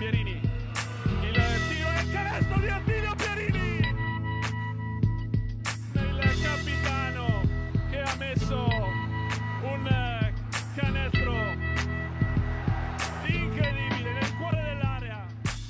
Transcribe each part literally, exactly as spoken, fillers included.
Pierini, il tiro e il canestro di Attilio Pierini, il capitano che ha messo un canestro incredibile nel cuore dell'area.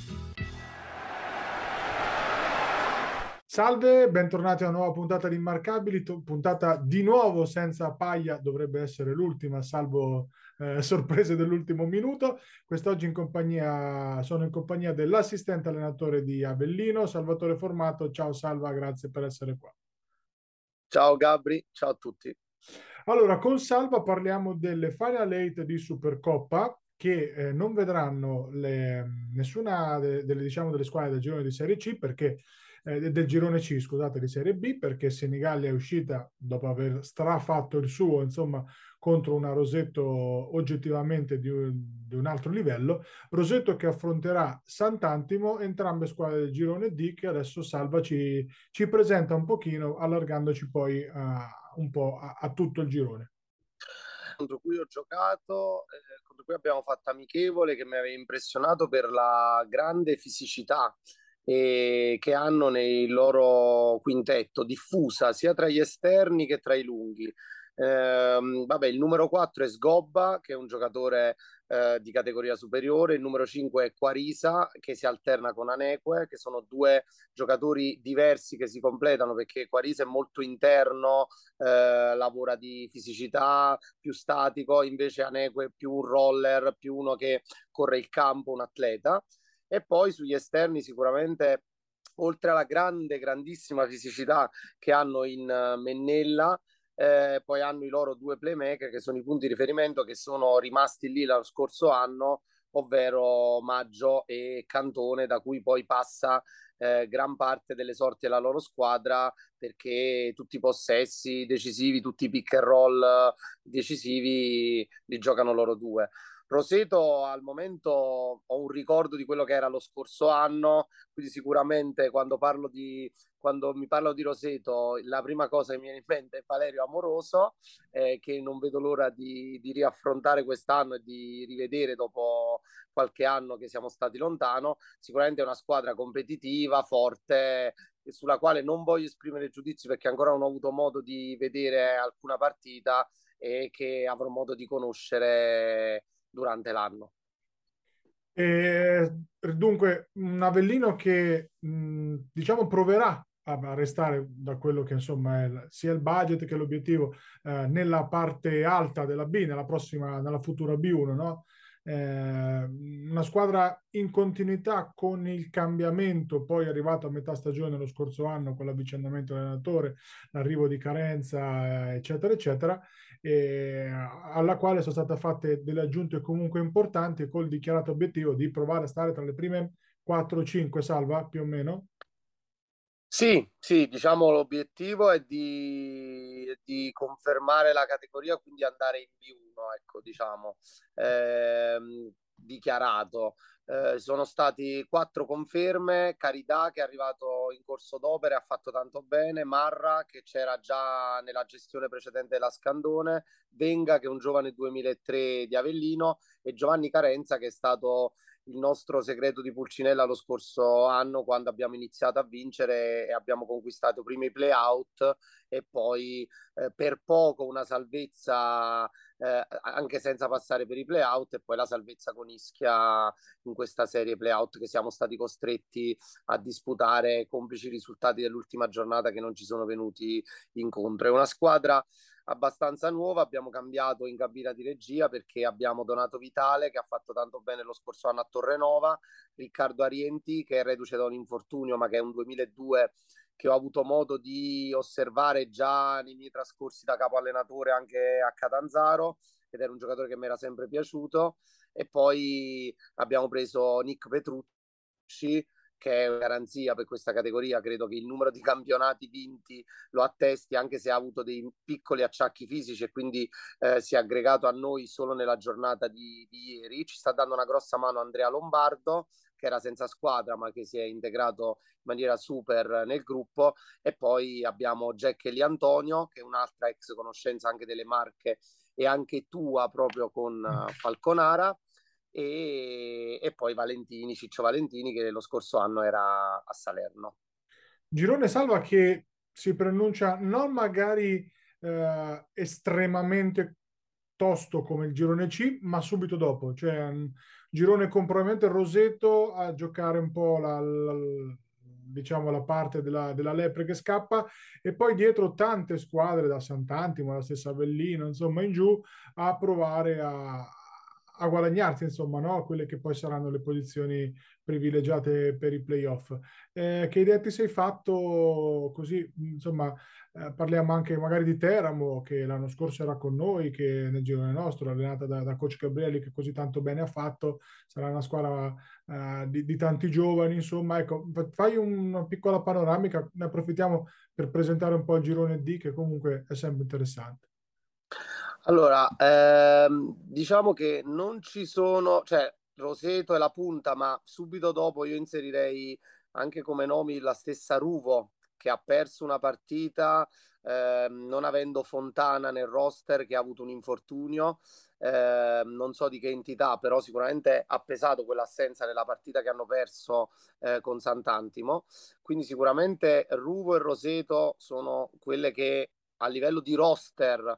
Salve, bentornati a una nuova puntata di Immarcabili, to- puntata di nuovo senza Paglia, dovrebbe essere l'ultima, salvo eh, sorprese dell'ultimo minuto. Quest'oggi in compagnia, sono in compagnia dell'assistente allenatore di Avellino, Salvatore Formato. Ciao Salva, grazie per essere qua. Ciao Gabri, ciao a tutti. Allora, con Salva parliamo delle Final Eight di Supercoppa che eh, non vedranno le- nessuna de- delle, diciamo, delle squadre del girone di Serie C perché eh, del girone C, scusate, di Serie B, perché Senigallia è uscita dopo aver strafatto il suo, insomma, contro una Rosetto oggettivamente di un, di un altro livello. Rosetto che affronterà Sant'Antimo, entrambe squadre del girone D, che adesso Salva ci, ci presenta un pochino, allargandoci poi a, un po' a, a tutto il girone. Contro cui ho giocato, eh, contro cui abbiamo fatto amichevole, che mi aveva impressionato per la grande fisicità eh, che hanno nel loro quintetto, diffusa sia tra gli esterni che tra i lunghi. Ehm, vabbè, il numero quattro è Sgobba, che è un giocatore eh, di categoria superiore, il numero cinque è Quarisa, che si alterna con Aneque, che sono due giocatori diversi che si completano perché Quarisa è molto interno, eh, lavora di fisicità, più statico, invece Aneque è più un roller, più uno che corre il campo, un atleta. E poi sugli esterni sicuramente, oltre alla grande, grandissima fisicità che hanno in uh, Mennella, eh, poi hanno i loro due playmaker che sono i punti di riferimento che sono rimasti lì lo scorso anno, ovvero Maggio e Cantone, da cui poi passa eh, gran parte delle sorti della loro squadra, perché tutti i possessi decisivi, tutti i pick and roll decisivi li giocano loro due. Roseto al momento ho un ricordo di quello che era lo scorso anno, quindi sicuramente quando parlo di quando mi parlo di Roseto la prima cosa che mi viene in mente è Valerio Amoroso, eh, che non vedo l'ora di, di riaffrontare quest'anno e di rivedere dopo qualche anno che siamo stati lontano. Sicuramente è una squadra competitiva, forte, sulla quale non voglio esprimere giudizi perché ancora non ho avuto modo di vedere alcuna partita e che avrò modo di conoscere durante l'anno. E, dunque, un Avellino che mh, diciamo proverà a restare da quello che insomma è il- sia il budget che l'obiettivo eh, nella parte alta della B, nella prossima, nella futura B uno, no? Eh, una squadra in continuità con il cambiamento, poi arrivato a metà stagione lo scorso anno con l'avvicendamento dell'allenatore, l'arrivo di Carenza, eh, eccetera, eccetera, eh, alla quale sono state fatte delle aggiunte comunque importanti col dichiarato obiettivo di provare a stare tra le prime quattro cinque, Salva, più o meno. Sì, sì, diciamo l'obiettivo è di, di confermare la categoria, quindi andare in B uno, ecco, diciamo, ehm, dichiarato. Eh, sono stati quattro conferme, Carità che è arrivato in corso d'opera e ha fatto tanto bene, Marra che c'era già nella gestione precedente della Scandone, Venga che è un giovane duemilatré di Avellino e Giovanni Carenza che è stato il nostro segreto di Pulcinella lo scorso anno quando abbiamo iniziato a vincere e abbiamo conquistato prima i play-out e poi eh, per poco una salvezza eh, anche senza passare per i play-out e poi la salvezza con Ischia in questa serie play-out che siamo stati costretti a disputare complici i risultati dell'ultima giornata che non ci sono venuti incontro. È una squadra abbastanza nuova, abbiamo cambiato in cabina di regia perché abbiamo Donato Vitale che ha fatto tanto bene lo scorso anno a Torrenova, Riccardo Arienti che è reduce da un infortunio ma che è un duemiladue che ho avuto modo di osservare già nei miei trascorsi da capo allenatore anche a Catanzaro ed era un giocatore che mi era sempre piaciuto e poi abbiamo preso Nick Petrucci che è una garanzia per questa categoria, credo che il numero di campionati vinti lo attesti, anche se ha avuto dei piccoli acciacchi fisici e quindi eh, si è aggregato a noi solo nella giornata di, di ieri. Ci sta dando una grossa mano Andrea Lombardo, che era senza squadra ma che si è integrato in maniera super nel gruppo, e poi abbiamo Jack Eli Antonio, che è un'altra ex conoscenza anche delle Marche e anche tua proprio con uh, Falconara. e, e poi Valentini, Ciccio Valentini, che lo scorso anno era a Salerno. Girone Salva che si pronuncia non magari eh, estremamente tosto come il girone C, ma subito dopo, cioè un girone con probabilmente Roseto a giocare un po' la, la- diciamo la parte della, della lepre che scappa e poi dietro tante squadre da Sant'Antimo, la stessa Avellino, insomma in giù a provare a, a guadagnarsi, insomma, no? Quelle che poi saranno le posizioni privilegiate per i playoff. Eh, che idea ti sei fatto così, insomma, eh, parliamo anche magari di Teramo, che l'anno scorso era con noi, che nel girone nostro, allenata da, da coach Gabrielli, che così tanto bene ha fatto, sarà una squadra eh, di, di tanti giovani, insomma, ecco, fa- fai una piccola panoramica, ne approfittiamo per presentare un po' il girone D, che comunque è sempre interessante. Allora, ehm, diciamo che non ci sono, cioè Roseto è la punta, ma subito dopo io inserirei anche come nomi la stessa Ruvo, che ha perso una partita, ehm, non avendo Fontana nel roster, che ha avuto un infortunio, ehm, non so di che entità, però sicuramente ha pesato quell'assenza nella partita che hanno perso eh, con Sant'Antimo. Quindi sicuramente Ruvo e Roseto sono quelle che a livello di roster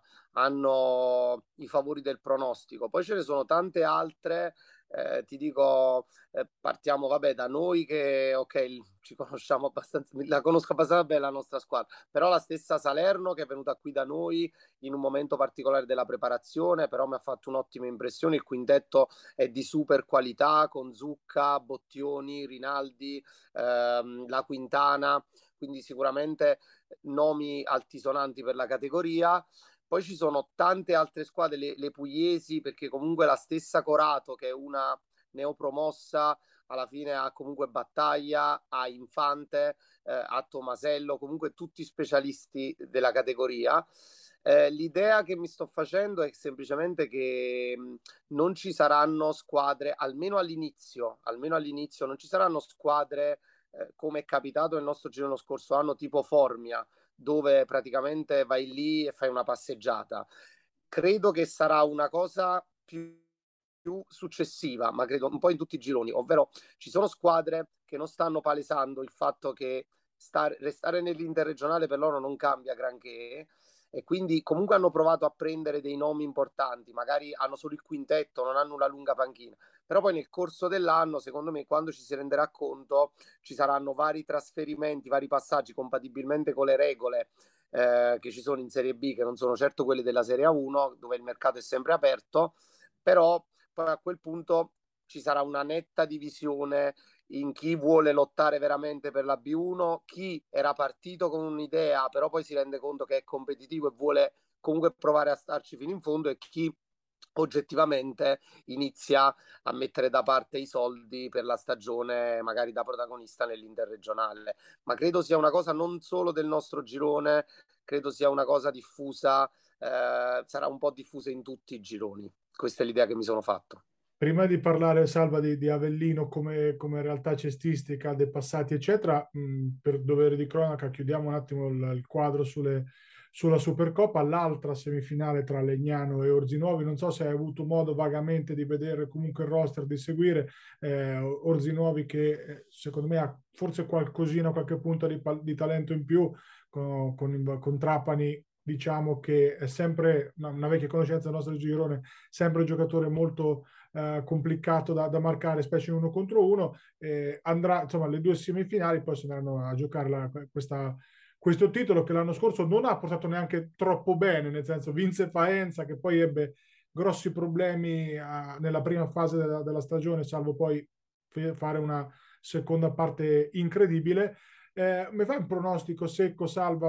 hanno i favori del pronostico. Poi ce ne sono tante altre, eh, ti dico, eh, partiamo vabbè da noi che ok, ci conosciamo abbastanza, la conosco abbastanza bene la nostra squadra, però la stessa Salerno che è venuta qui da noi in un momento particolare della preparazione, però mi ha fatto un'ottima impressione, il quintetto è di super qualità con Zucca, Bottioni, Rinaldi, ehm, la Quintana, quindi sicuramente nomi altisonanti per la categoria. Poi ci sono tante altre squadre, le, le pugliesi, perché comunque la stessa Corato, che è una neopromossa, alla fine ha comunque Battaglia, ha Infante, eh, ha Tomasello, comunque tutti specialisti della categoria. Eh, l'idea che mi sto facendo è semplicemente che mh, non ci saranno squadre, almeno all'inizio, almeno all'inizio, non ci saranno squadre eh, come è capitato nel nostro giro lo scorso anno, tipo Formia, dove praticamente vai lì e fai una passeggiata. Credo che sarà una cosa più, più successiva, ma credo un po' in tutti i gironi, ovvero ci sono squadre che non stanno palesando il fatto che star, restare nell'interregionale per loro non cambia granché e quindi comunque hanno provato a prendere dei nomi importanti, magari hanno solo il quintetto, non hanno una lunga panchina, però poi nel corso dell'anno, secondo me, quando ci si renderà conto, ci saranno vari trasferimenti, vari passaggi compatibilmente con le regole eh, che ci sono in Serie B, che non sono certo quelle della Serie A uno, dove il mercato è sempre aperto, però poi a quel punto ci sarà una netta divisione in chi vuole lottare veramente per la B uno, chi era partito con un'idea, però poi si rende conto che è competitivo e vuole comunque provare a starci fino in fondo, e chi oggettivamente inizia a mettere da parte i soldi per la stagione magari da protagonista nell'interregionale. Ma credo sia una cosa non solo del nostro girone, credo sia una cosa diffusa, eh, sarà un po' diffusa in tutti i gironi. Questa è l'idea che mi sono fatto. Prima di parlare, Salva, di, di Avellino come, come realtà cestistica, dei passati, eccetera, mh, per dovere di cronaca, chiudiamo un attimo il, il quadro sulle, sulla Supercoppa, l'altra semifinale tra Legnano e Orzinuovi. Non so se hai avuto modo vagamente di vedere comunque il roster, di seguire eh, Orzinuovi che eh, secondo me ha forse qualcosina, qualche punto di, di talento in più con, con, con Trapani. Diciamo che è sempre una, una vecchia conoscenza del nostro girone, sempre un giocatore molto eh, complicato da, da, marcare, specie in uno contro uno. Eh, andrà, insomma, le due semifinali poi si andranno a giocare la, questa, questo titolo che l'anno scorso non ha portato neanche troppo bene, nel senso vinse Faenza che poi ebbe grossi problemi a, nella prima fase della, della stagione, salvo poi fare una seconda parte incredibile. Eh, mi fai un pronostico secco, Salva,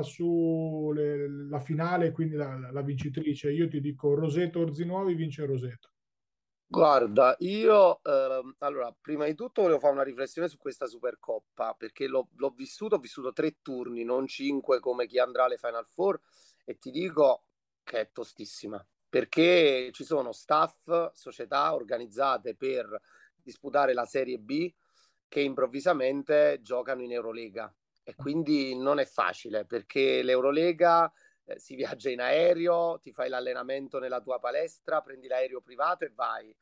sulla finale, quindi la, la, vincitrice? Io ti dico Roseto Orzinuovi vince Roseto. Guarda, io ehm, allora, prima di tutto volevo fare una riflessione su questa Supercoppa, perché l'ho l'ho vissuto, ho vissuto tre turni, non cinque come chi andrà alle Final Four, e ti dico che è tostissima, perché ci sono staff, società organizzate per disputare la Serie B che improvvisamente giocano in Eurolega, e quindi non è facile, perché l'Eurolega eh, si viaggia in aereo, ti fai l'allenamento nella tua palestra, prendi l'aereo privato e vai.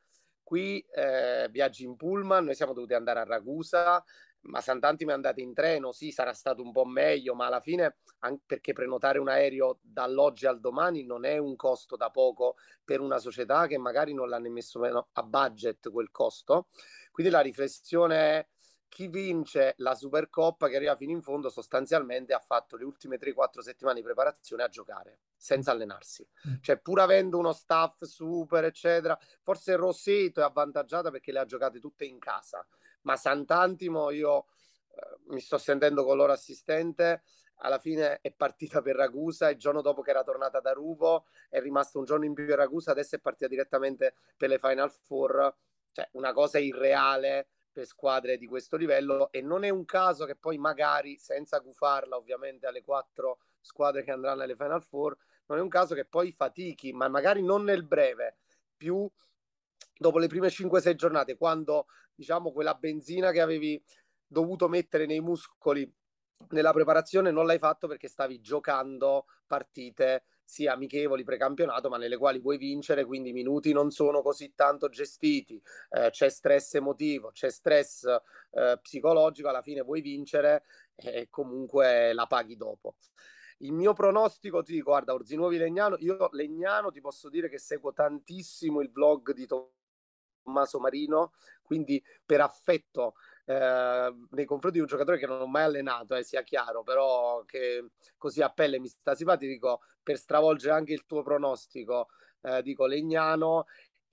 Qui eh, viaggi in pullman, noi siamo dovuti andare a Ragusa, ma Sant'Antimo è andata in treno, sì, sarà stato un po' meglio, ma alla fine, anche perché prenotare un aereo dall'oggi al domani non è un costo da poco per una società che magari non l'ha messo meno a budget quel costo. Quindi la riflessione è: chi vince la Supercoppa, che arriva fino in fondo, sostanzialmente ha fatto le ultime tre quattro settimane di preparazione a giocare senza allenarsi, cioè pur avendo uno staff super eccetera. Forse Roseto è avvantaggiata perché le ha giocate tutte in casa, ma Sant'Antimo, io eh, mi sto sentendo con loro assistente, alla fine è partita per Ragusa, il giorno dopo che era tornata da Ruvo è rimasto un giorno in più a Ragusa, adesso è partita direttamente per le Final Four, cioè una cosa irreale per squadre di questo livello. E non è un caso che poi magari, senza gufarla ovviamente alle quattro squadre che andranno alle Final Four, non è un caso che poi fatichi, ma magari non nel breve, più dopo le prime cinque sei giornate, quando diciamo quella benzina che avevi dovuto mettere nei muscoli nella preparazione non l'hai fatto perché stavi giocando partite sia amichevoli precampionato, ma nelle quali vuoi vincere, quindi i minuti non sono così tanto gestiti, eh, c'è stress emotivo, c'è stress eh, psicologico, alla fine vuoi vincere e comunque la paghi dopo. Il mio pronostico, ti dico, guarda, Orzinuovi Legnano, io Legnano ti posso dire che seguo tantissimo il vlog di Tommaso Marino, quindi per affetto eh, nei confronti di un giocatore che non ho mai allenato, eh, sia chiaro, però che così a pelle mi sta simpatico, per stravolgere anche il tuo pronostico, eh, dico Legnano.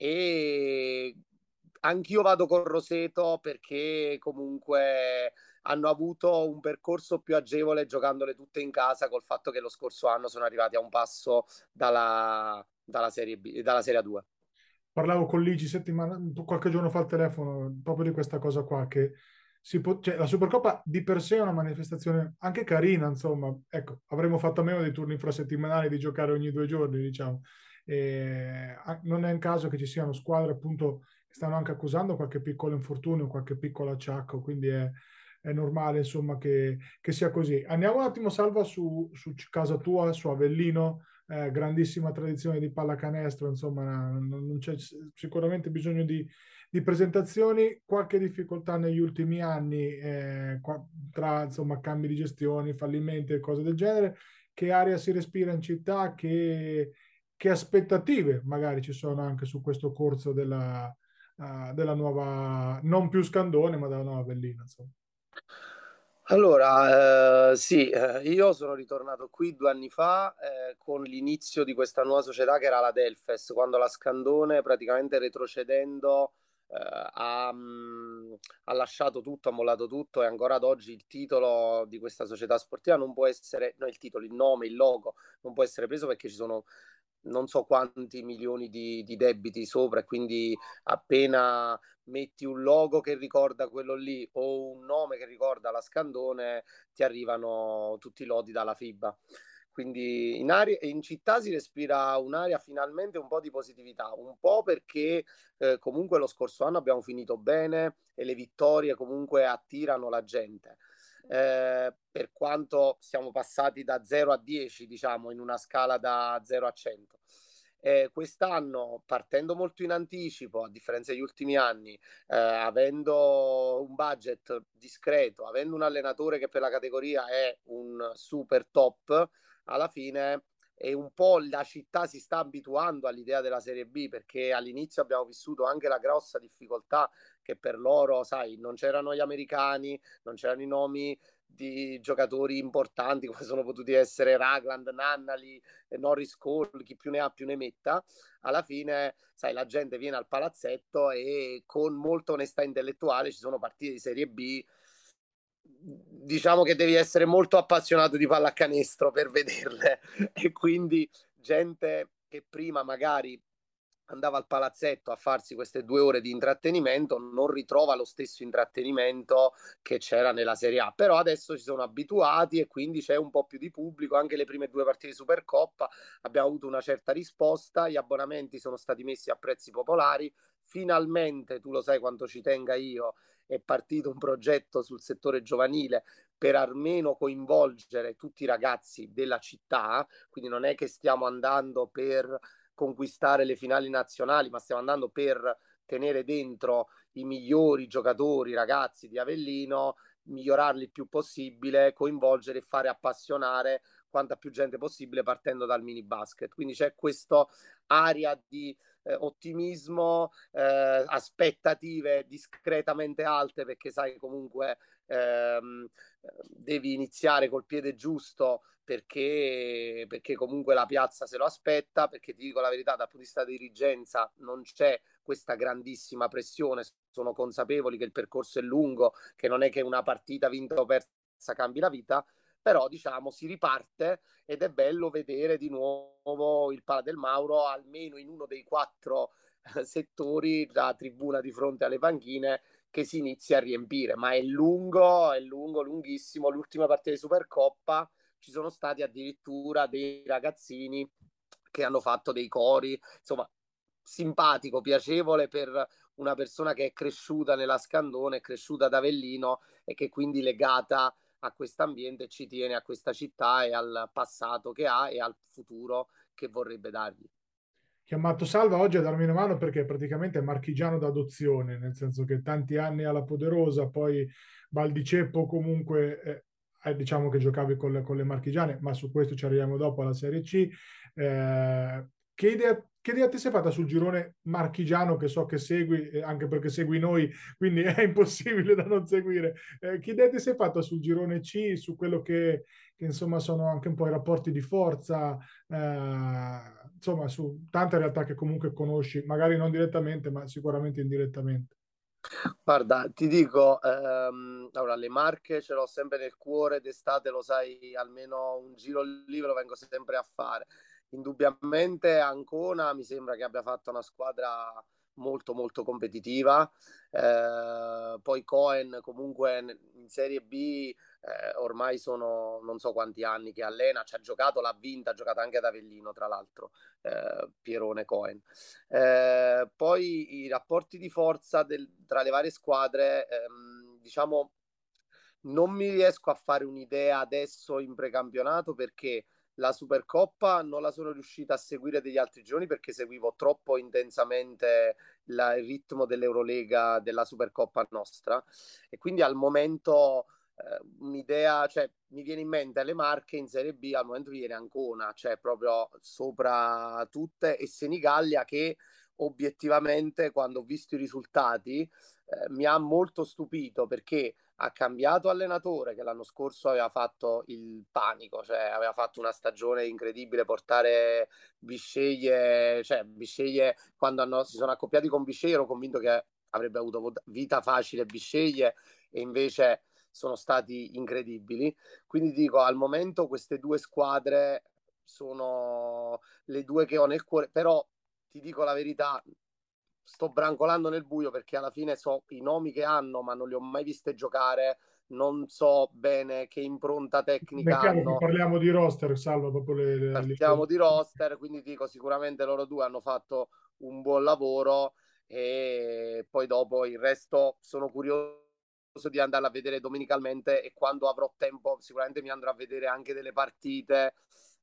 E anch'io vado con Roseto perché comunque hanno avuto un percorso più agevole giocandole tutte in casa, col fatto che lo scorso anno sono arrivati a un passo dalla, dalla Serie B, dalla Serie A due. Parlavo con Ligi settimana, qualche giorno fa al telefono proprio di questa cosa qua, che si può, cioè, la Supercoppa di per sé è una manifestazione anche carina, insomma, ecco, avremmo fatto a meno dei turni infrasettimanali di giocare ogni due giorni, diciamo. E, a, non è un caso che ci siano squadre appunto che stanno anche accusando qualche piccolo infortunio, qualche piccolo acciacco, quindi è, è normale insomma che, che sia così. Andiamo un attimo, Salva, su, su casa tua, su Avellino. Eh, grandissima tradizione di pallacanestro, insomma, non, non c'è sicuramente bisogno di, di presentazioni, qualche difficoltà negli ultimi anni eh, qua, tra insomma, cambi di gestione, fallimenti e cose del genere. Che aria si respira in città? Che, che aspettative magari ci sono anche su questo corso della, uh, della nuova, non più Scandone, ma della nuova Avellino, insomma. Allora, eh, sì, eh, io sono ritornato qui due anni fa eh, con l'inizio di questa nuova società che era la Delfes, quando la Scandone, praticamente retrocedendo, eh, ha, mh, ha lasciato tutto, ha mollato tutto, e ancora ad oggi il titolo di questa società sportiva non può essere, no, il titolo, il nome, il logo non può essere preso perché ci sono non so quanti milioni di, di debiti sopra, e quindi appena metti un logo che ricorda quello lì o un nome che ricorda la Scandone, ti arrivano tutti i lodi dalla FIBA. Quindi in, aria, in città si respira un'aria finalmente un po' di positività, un po' perché eh, comunque lo scorso anno abbiamo finito bene e le vittorie comunque attirano la gente. Eh, per quanto siamo passati da zero a dieci, diciamo, in una scala da zero a cento. Eh, quest'anno, partendo molto in anticipo, a differenza degli ultimi anni, eh, avendo un budget discreto, avendo un allenatore che per la categoria è un super top, alla fine e un po' la città si sta abituando all'idea della Serie B, perché all'inizio abbiamo vissuto anche la grossa difficoltà che per loro, sai, non c'erano gli americani, non c'erano i nomi di giocatori importanti come sono potuti essere Ragland, Nannali, Norris Cole, chi più ne ha più ne metta. Alla fine, sai, la gente viene al palazzetto e con molta onestà intellettuale ci sono partite di Serie B. Diciamo che devi essere molto appassionato di pallacanestro per vederle, e quindi gente che prima magari andava al palazzetto a farsi queste due ore di intrattenimento non ritrova lo stesso intrattenimento che c'era nella Serie A, però adesso ci sono abituati e quindi c'è un po' più di pubblico. Anche le prime due partite di Supercoppa abbiamo avuto una certa risposta, gli abbonamenti sono stati messi a prezzi popolari, finalmente, tu lo sai quanto ci tenga io, è partito un progetto sul settore giovanile per almeno coinvolgere tutti i ragazzi della città, quindi non è che stiamo andando per conquistare le finali nazionali, ma stiamo andando per tenere dentro i migliori giocatori, ragazzi di Avellino, migliorarli il più possibile, coinvolgere e fare appassionare quanta più gente possibile partendo dal mini basket. Quindi c'è questa aria di eh, ottimismo, eh, aspettative discretamente alte, perché sai comunque ehm, devi iniziare col piede giusto, perché, perché comunque la piazza se lo aspetta, perché ti dico la verità, dal punto di vista di dirigenza non c'è questa grandissima pressione, sono consapevoli che il percorso è lungo, che non è che una partita vinta o persa cambi la vita, però diciamo si riparte ed è bello vedere di nuovo il Pala del Mauro almeno in uno dei quattro eh, settori, la tribuna di fronte alle panchine, che si inizia a riempire, ma è lungo, è lungo, lunghissimo. L'ultima partita di Supercoppa ci sono stati addirittura dei ragazzini che hanno fatto dei cori, insomma, simpatico, piacevole per una persona che è cresciuta nella Scandone, è cresciuta ad Avellino e che quindi è legata a questo ambiente, ci tiene a questa città e al passato che ha e al futuro che vorrebbe dargli. Chiamato Salva oggi a darmi una mano perché praticamente è marchigiano d'adozione, nel senso che tanti anni alla Poderosa, poi Val di Ceppo comunque, eh, eh, diciamo che giocavi con le, con le marchigiane, ma su questo ci arriviamo dopo alla Serie C. Eh, che idea, che idea ti sei fatta sul girone marchigiano che so che segui, eh, anche perché segui noi, quindi è impossibile da non seguire. Eh, che idea ti sei fatta sul girone C, su quello che, che insomma sono anche un po' i rapporti di forza, eh, insomma su tante realtà che comunque conosci, magari non direttamente, ma sicuramente indirettamente. Guarda, ti dico, ehm, allora, le Marche ce l'ho sempre nel cuore, d'estate lo sai, almeno un giro lì ve lo vengo sempre a fare. Indubbiamente Ancona mi sembra che abbia fatto una squadra molto molto competitiva. Eh, poi Cohen comunque in Serie B eh, ormai sono non so quanti anni che allena, ci ha giocato, l'ha vinta, ha giocato anche ad Avellino tra l'altro, eh, Pierone Cohen. Eh, poi i rapporti di forza del, tra le varie squadre, ehm, diciamo, non mi riesco a fare un'idea adesso in precampionato, perché la Supercoppa non la sono riuscita a seguire degli altri giorni perché seguivo troppo intensamente la, il ritmo dell'Eurolega della Supercoppa nostra, e quindi al momento eh, un'idea, cioè mi viene in mente alle Marche in Serie B, al momento mi viene Ancona, cioè proprio sopra tutte, e Senigallia che obiettivamente quando ho visto i risultati eh, mi ha molto stupito, perché ha cambiato allenatore che l'anno scorso aveva fatto il panico, cioè aveva fatto una stagione incredibile, portare Bisceglie, cioè Bisceglie quando hanno, si sono accoppiati con Bisceglie ero convinto che avrebbe avuto vita facile Bisceglie, e invece sono stati incredibili. Quindi dico, al momento queste due squadre sono le due che ho nel cuore, però ti dico la verità, sto brancolando nel buio perché alla fine so i nomi che hanno, ma non li ho mai viste giocare, non so bene che impronta È tecnica chiaro che hanno. parliamo di roster, Salvo, dopo le, le, le- Partiamo di roster, quindi dico sicuramente loro due hanno fatto un buon lavoro, e poi dopo il resto sono curioso di andarla a vedere domenicalmente, e quando avrò tempo sicuramente mi andrò a vedere anche delle partite,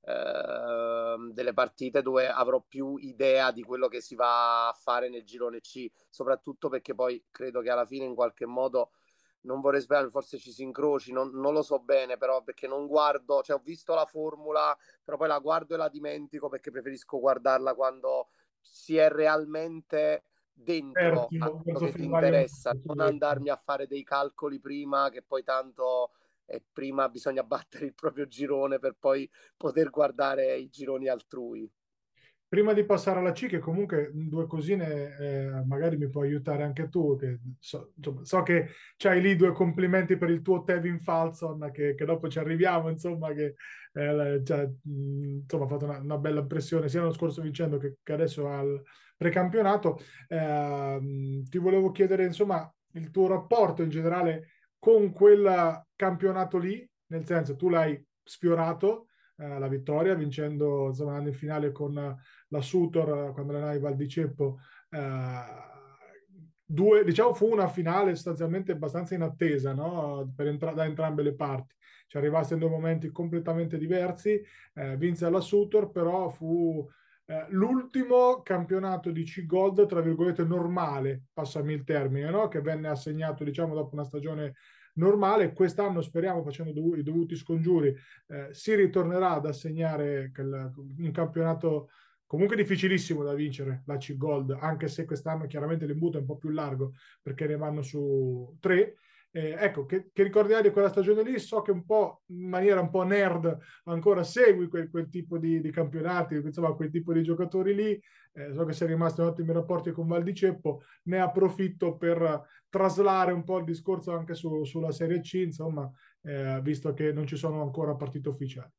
ehm, delle partite dove avrò più idea di quello che si va a fare nel girone C, soprattutto perché poi credo che alla fine in qualche modo, non vorrei sbagliare, forse ci si incroci, non, non lo so bene, però perché non guardo, cioè ho visto la formula, però poi la guardo e la dimentico perché preferisco guardarla quando si è realmente dentro a Fertilo, quello verso che ti febbraio. interessa, non andarmi a fare dei calcoli prima, che poi tanto eh, prima bisogna battere il proprio girone per poi poter guardare i gironi altrui. Prima di passare alla C, che comunque due cosine eh, magari mi puoi aiutare anche tu, che so, insomma, so che c'hai lì due complimenti per il tuo Tevin Falson, che, che dopo ci arriviamo, insomma, che eh, cioè, mh, insomma, ha fatto una, una bella impressione sia l'anno scorso vincendo che, che adesso al precampionato. Eh, ti volevo chiedere, insomma, il tuo rapporto in generale con quel campionato lì, nel senso tu l'hai sfiorato, eh, la vittoria, vincendo, insomma, andando in finale con la Sutor quando allenava Val di Ceppo. Eh, due, diciamo, fu una finale sostanzialmente abbastanza inattesa, no? Per entra- da entrambe le parti. Ci arrivaste in due momenti completamente diversi, eh, vinse la Sutor, però fu eh, l'ultimo campionato di C-Gold, tra virgolette, normale, passami il termine, no? Che venne assegnato, diciamo, dopo una stagione normale. Quest'anno speriamo, facendo dov- i dovuti scongiuri, eh, si ritornerà ad assegnare quel- un campionato comunque difficilissimo da vincere, la C-Gold, anche se quest'anno chiaramente l'imbuto è un po' più largo perché ne vanno su tre. Eh, ecco, che, che ricordi hai di quella stagione lì? So che un po' in maniera un po' nerd ancora segui quel, quel tipo di, di campionati, insomma, quel tipo di giocatori lì. Eh, so che sei rimasto in ottimi rapporti con Val di Ceppo, ne approfitto per traslare un po' il discorso anche su, sulla Serie C, insomma, eh, visto che non ci sono ancora partite ufficiali.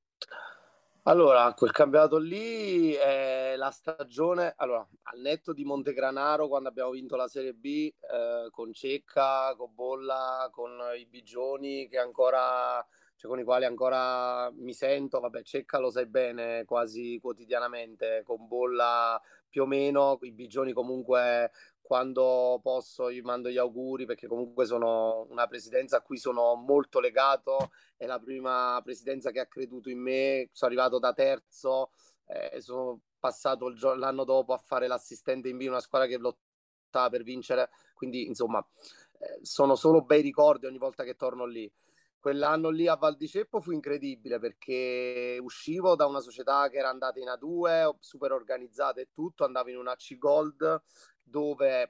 Allora, quel campionato lì è la stagione, allora, al netto di Montegranaro, quando abbiamo vinto la Serie B, eh, con Cecca, con Bolla, con i Bigioni, che ancora, cioè con i quali ancora mi sento, vabbè, Cecca lo sai bene, quasi quotidianamente, con Bolla più o meno, i Bigioni comunque quando posso gli mando gli auguri, perché comunque sono una presidenza a cui sono molto legato, è la prima presidenza che ha creduto in me, sono arrivato da terzo, eh, sono passato il gio- l'anno dopo a fare l'assistente in B, una squadra che lottava per vincere, quindi insomma eh, sono solo bei ricordi ogni volta che torno lì. Quell'anno lì a Val di Ceppo fu incredibile perché uscivo da una società che era andata in A due, super organizzata e tutto, andavo in una C Gold dove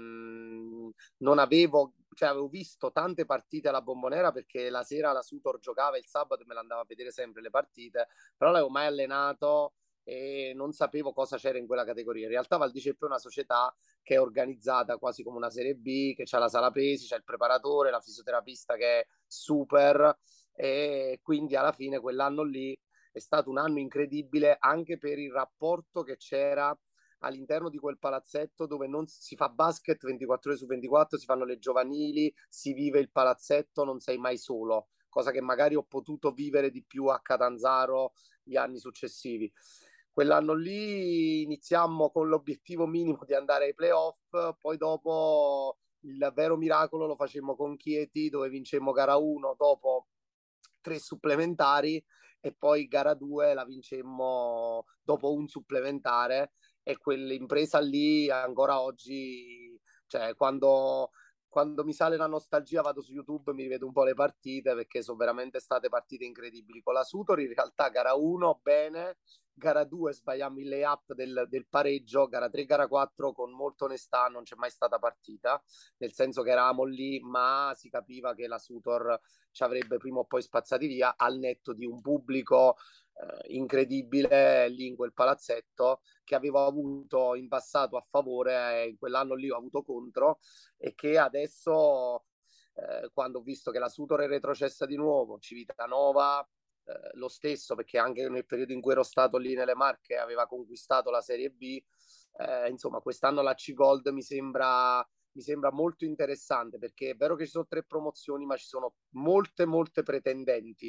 mh, non avevo, cioè avevo visto tante partite alla Bombonera perché la sera la Sutor giocava, il sabato e me l'andavo a vedere sempre le partite, però l'avevo mai allenato e non sapevo cosa c'era in quella categoria. In realtà Val di Ceppo è una società che è organizzata quasi come una Serie B, che c'ha la sala pesi, c'è il preparatore, la fisioterapista che è super, e quindi alla fine quell'anno lì è stato un anno incredibile anche per il rapporto che c'era all'interno di quel palazzetto dove non si fa basket ventiquattro ore su ventiquattro, si fanno le giovanili, si vive il palazzetto, non sei mai solo, cosa che magari ho potuto vivere di più a Catanzaro gli anni successivi. Quell'anno lì iniziammo con l'obiettivo minimo di andare ai playoff, poi dopo il vero miracolo lo facemmo con Chieti, dove vincemmo gara uno dopo tre supplementari e poi gara due la vincemmo dopo un supplementare, e quell'impresa lì ancora oggi, cioè quando, quando mi sale la nostalgia vado su YouTube, mi rivedo un po' le partite perché sono veramente state partite incredibili. Con la Sutor in realtà gara uno bene, gara due sbagliamo il layup del, del pareggio, gara tre, gara quattro con molta onestà non c'è mai stata partita, nel senso che eravamo lì ma si capiva che la Sutor ci avrebbe prima o poi spazzati via, al netto di un pubblico eh, incredibile lì in quel palazzetto, che avevo avuto in passato a favore e in quell'anno lì ho avuto contro, e che adesso eh, quando ho visto che la Sutor è retrocessa di nuovo, Civitanova eh, lo stesso, perché anche nel periodo in cui ero stato lì nelle Marche aveva conquistato la Serie B, eh, insomma quest'anno la C-Gold mi sembra mi sembra molto interessante, perché è vero che ci sono tre promozioni, ma ci sono molte, molte pretendenti.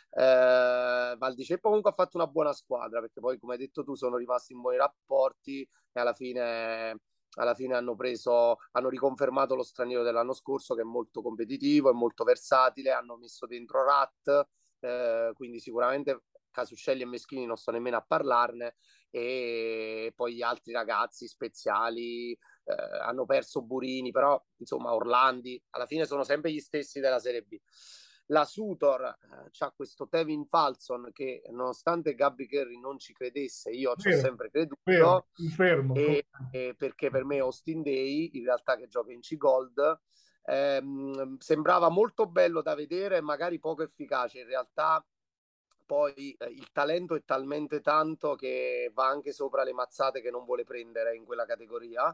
Eh, Val di Ceppo comunque ha fatto una buona squadra, perché poi, come hai detto tu, sono rimasti in buoni rapporti e alla fine, alla fine hanno preso, hanno riconfermato lo straniero dell'anno scorso, che è molto competitivo, è molto versatile, hanno messo dentro Rat, eh, quindi sicuramente Casuscelli e Meschini non sto nemmeno a parlarne, e poi gli altri ragazzi speziali eh, hanno perso Burini, però insomma Orlandi alla fine sono sempre gli stessi della Serie B. La Sutor eh, c'ha questo Tevin Falson che, nonostante Gabby Kerry non ci credesse, io ci ho Vero, sempre vero, creduto, confermo. e, e perché per me Austin Day, in realtà, che gioca in C-Gold, ehm, sembrava molto bello da vedere, magari poco efficace. In realtà poi eh, il talento è talmente tanto che va anche sopra le mazzate che non vuole prendere in quella categoria.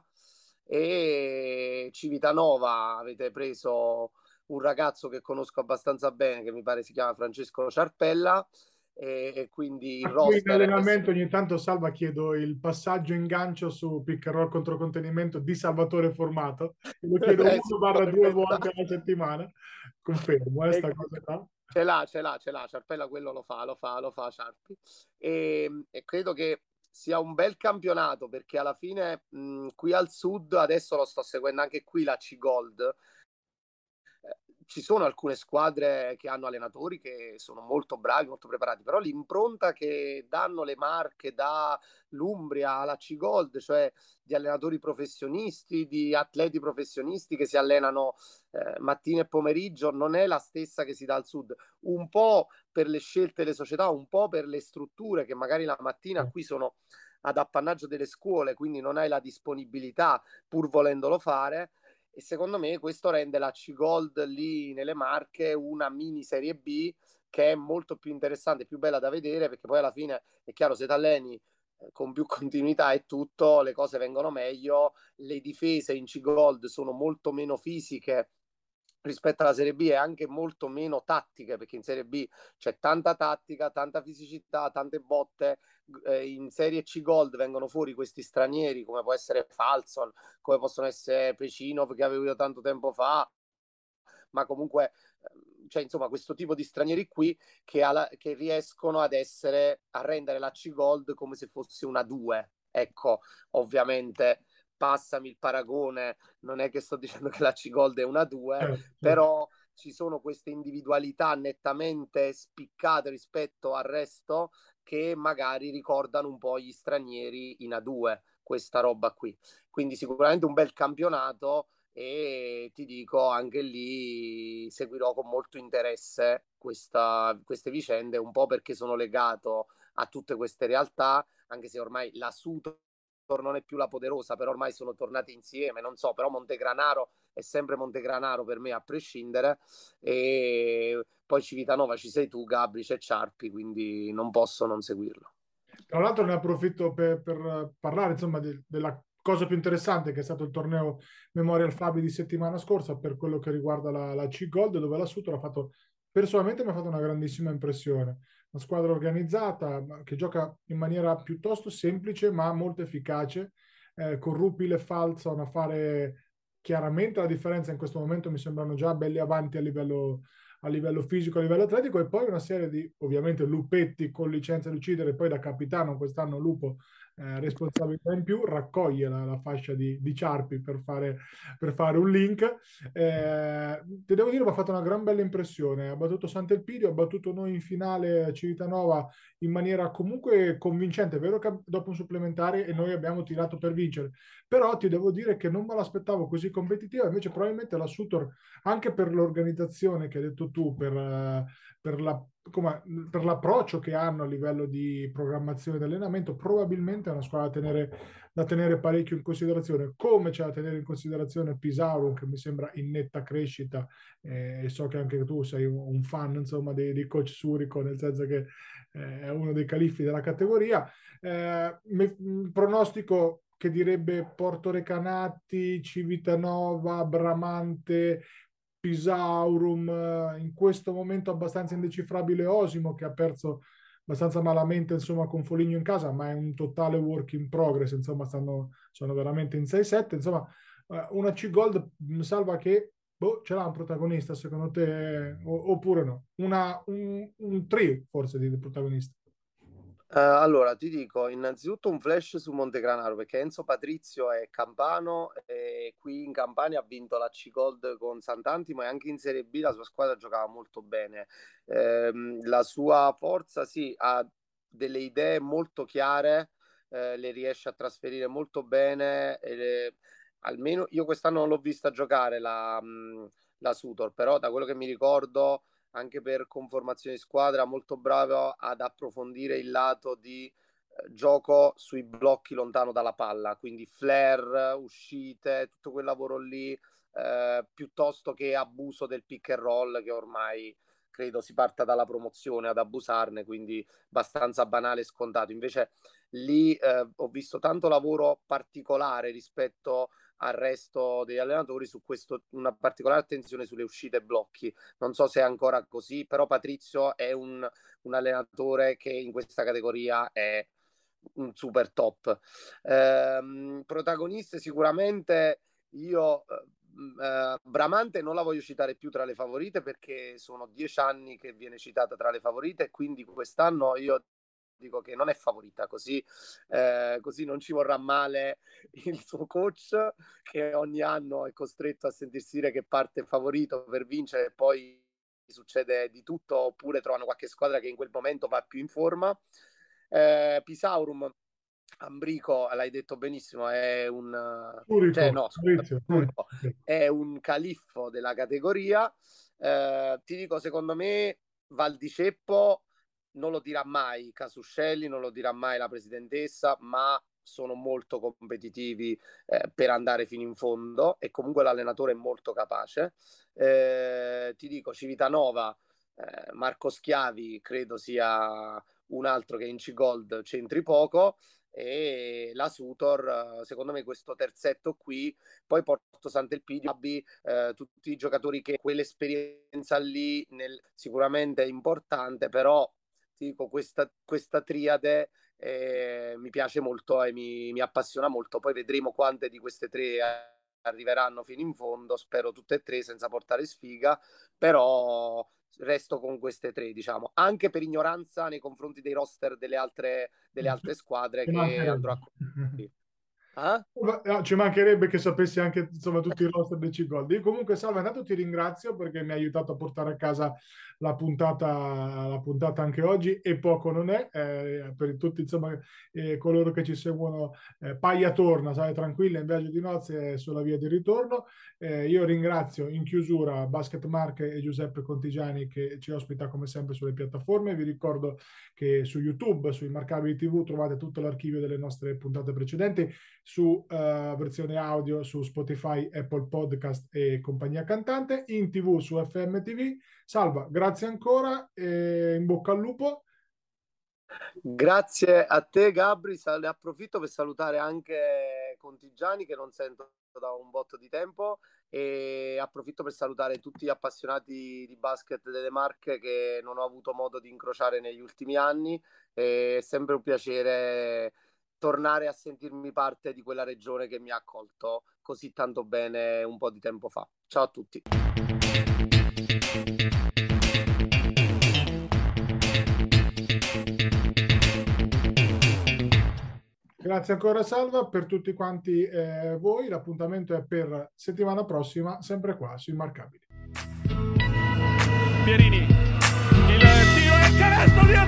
E Civitanova avete preso un ragazzo che conosco abbastanza bene, che mi pare si chiama Francesco Ciarpella, e, e quindi il A cui in roster adesso... allenamento ogni tanto, Salva, chiedo il passaggio in gancio su pick and roll contro contenimento di Salvatore Formato, e lo chiedo eh, uno sì, barra per due questa... volte alla settimana. Confermo, eh, E sta cosa qua. ce l'ha, ce l'ha, ce l'ha, Ciarpella quello lo fa, lo fa, lo fa Ciarpi. E, e credo che sia un bel campionato, perché alla fine mh, qui al sud, adesso lo sto seguendo anche qui la C-Gold, ci sono alcune squadre che hanno allenatori che sono molto bravi, molto preparati, però l'impronta che danno le Marche da l'Umbria alla C-Gold, cioè di allenatori professionisti, di atleti professionisti che si allenano eh, mattina e pomeriggio, non è la stessa che si dà al sud, un po' per le scelte delle società, un po' per le strutture che magari la mattina qui sono ad appannaggio delle scuole, quindi non hai la disponibilità pur volendolo fare. E secondo me questo rende la C-Gold lì nelle Marche una mini Serie B che è molto più interessante, più bella da vedere, perché poi alla fine è chiaro, se ti alleni con più continuità e tutto, le cose vengono meglio, le difese in C-Gold sono molto meno fisiche rispetto alla Serie B e anche molto meno tattiche, perché in Serie B c'è tanta tattica, tanta fisicità, tante botte. Eh, in Serie C Gold vengono fuori questi stranieri come può essere Falson, come possono essere Precinov che avevo io tanto tempo fa, ma comunque cioè insomma questo tipo di stranieri qui che, alla, che riescono ad essere a rendere la C Gold come se fosse una due. Ecco, ovviamente passami il paragone, non è che sto dicendo che la C Gold è una due, certo, certo. però ci sono queste individualità nettamente spiccate rispetto al resto che magari ricordano un po' gli stranieri in A due, questa roba qui. Quindi sicuramente un bel campionato e ti dico anche lì seguirò con molto interesse questa, queste vicende, un po' perché sono legato a tutte queste realtà, anche se ormai la Sutor non è più la Poderosa, però ormai sono tornate insieme, non so, però Montegranaro è sempre Montegranaro per me a prescindere, e poi Civitanova ci sei tu, Gabri, c'è Ciarpi, quindi non posso non seguirlo. Tra l'altro ne approfitto per, per parlare insomma di, della cosa più interessante che è stato il torneo Memorial Fabi di settimana scorsa per quello che riguarda la, la C-Gold, dove la Sutor ha fatto, personalmente mi ha fatto una grandissima impressione. Una squadra organizzata che gioca in maniera piuttosto semplice ma molto efficace, eh, con Rupil e Falzon a fare chiaramente la differenza in questo momento, mi sembrano già belli avanti a livello a livello fisico, a livello atletico, e poi una serie di, ovviamente, lupetti con licenza di uccidere, poi da capitano quest'anno Lupo, eh, responsabilità in più, raccoglie la, la fascia di, di Ciarpi per fare, per fare un link. Eh, ti devo dire, mi ha fatto una gran bella impressione, ha battuto Sant'Elpidio, ha battuto noi in finale a Civitanova in maniera comunque convincente, è vero che dopo un supplementare e noi abbiamo tirato per vincere, però ti devo dire che non me l'aspettavo così competitiva, invece probabilmente la Sutor, anche per l'organizzazione che hai detto tu, per, eh, per, la, come, per l'approccio che hanno a livello di programmazione di allenamento, probabilmente è una squadra da tenere, da tenere parecchio in considerazione, come c'è da tenere in considerazione Pisauro, che mi sembra in netta crescita, eh, e so che anche tu sei un, un fan insomma di, di coach Surico, nel senso che eh, è uno dei califfi della categoria. Eh, me, pronostico che direbbe Porto Recanati, Civitanova, Bramante, Pisaurum, eh, in questo momento abbastanza indecifrabile Osimo che ha perso abbastanza malamente insomma con Foligno in casa, ma è un totale work in progress, insomma stanno, sono veramente in sei sette, insomma eh, una C-Gold salva che boh, ce l'ha un protagonista secondo te o, oppure no? Una, un, un trio forse di, di protagonisti. Uh, allora, ti dico innanzitutto un flash su Montegranaro perché Enzo Patrizio è campano e qui in Campania ha vinto la C-Gold con Sant'Antimo e anche in Serie B la sua squadra giocava molto bene. Eh, la sua forza, sì, ha delle idee molto chiare, eh, le riesce a trasferire molto bene. E le... Almeno io quest'anno non l'ho vista giocare la, la Sutor, però da quello che mi ricordo anche per conformazione di squadra, molto bravo ad approfondire il lato di eh, gioco sui blocchi lontano dalla palla, quindi flare, uscite, tutto quel lavoro lì, eh, piuttosto che abuso del pick and roll che ormai credo si parta dalla promozione ad abusarne, quindi abbastanza banale e scontato. Invece lì eh, ho visto tanto lavoro particolare rispetto al resto degli allenatori su questo, una particolare attenzione sulle uscite e blocchi. Non so se è ancora così, però Patrizio è un, un allenatore che in questa categoria è un super top. Ehm, protagoniste sicuramente io eh, Bramante non la voglio citare più tra le favorite perché sono dieci anni che viene citata tra le favorite e quindi quest'anno io dico che non è favorita, così, eh, così non ci vorrà male il suo coach, che ogni anno è costretto a sentirsi dire che parte favorito per vincere e poi succede di tutto, oppure trovano qualche squadra che in quel momento va più in forma. Eh, Pisaurum, Ambrico, l'hai detto benissimo, è un, Zurigo, cioè, no, scusa, Zurigo, sì. è un califfo della categoria. Eh, ti dico, secondo me Val di Ceppo non lo dirà mai Casuscelli, non lo dirà mai la presidentessa, ma sono molto competitivi eh, per andare fino in fondo, e comunque l'allenatore è molto capace. Eh, ti dico, Civitanova, eh, Marco Schiavi credo sia un altro che in C-Gold c'entri poco, e la Sutor, secondo me questo terzetto qui, poi Porto Sant'Elpidio, eh, tutti i giocatori che quell'esperienza lì nel, sicuramente è importante, però ti dico, questa, questa triade eh, mi piace molto e mi, mi appassiona molto. Poi vedremo quante di queste tre arriveranno fino in fondo, spero tutte e tre senza portare sfiga, però resto con queste tre, diciamo, anche per ignoranza nei confronti dei roster delle altre, delle altre squadre Ci che mancherebbe. andrò a conoscere. Ah? No, ci mancherebbe che sapessi anche insomma tutti i roster dei C-Gold. Io comunque, Salva, intanto ti ringrazio perché mi hai aiutato a portare a casa la puntata, la puntata anche oggi, e poco non è, eh, per tutti insomma eh, coloro che ci seguono. eh, Paglia torna, sai, tranquilla, in viaggio di nozze sulla via di ritorno. Eh, io ringrazio in chiusura Basket Marche e Giuseppe Contigiani che ci ospita come sempre sulle piattaforme. Vi ricordo che su YouTube, su Immarcabili T V trovate tutto l'archivio delle nostre puntate precedenti, su uh, versione audio su Spotify, Apple Podcast e compagnia cantante, in tv su F M T V. Salva, grazie ancora e in bocca al lupo. Grazie a te, Gabri. Ne approfitto per salutare anche Contigiani, che non sento da un botto di tempo, e approfitto per salutare tutti gli appassionati di basket delle Marche che non ho avuto modo di incrociare negli ultimi anni. È sempre un piacere tornare a sentirmi parte di quella regione che mi ha accolto così tanto bene un po' di tempo fa. Ciao a tutti. Grazie ancora, Salva. Per tutti quanti eh, voi, l'appuntamento è per settimana prossima, sempre qua su Immarcabili. Pierini, il tiro e il canestro di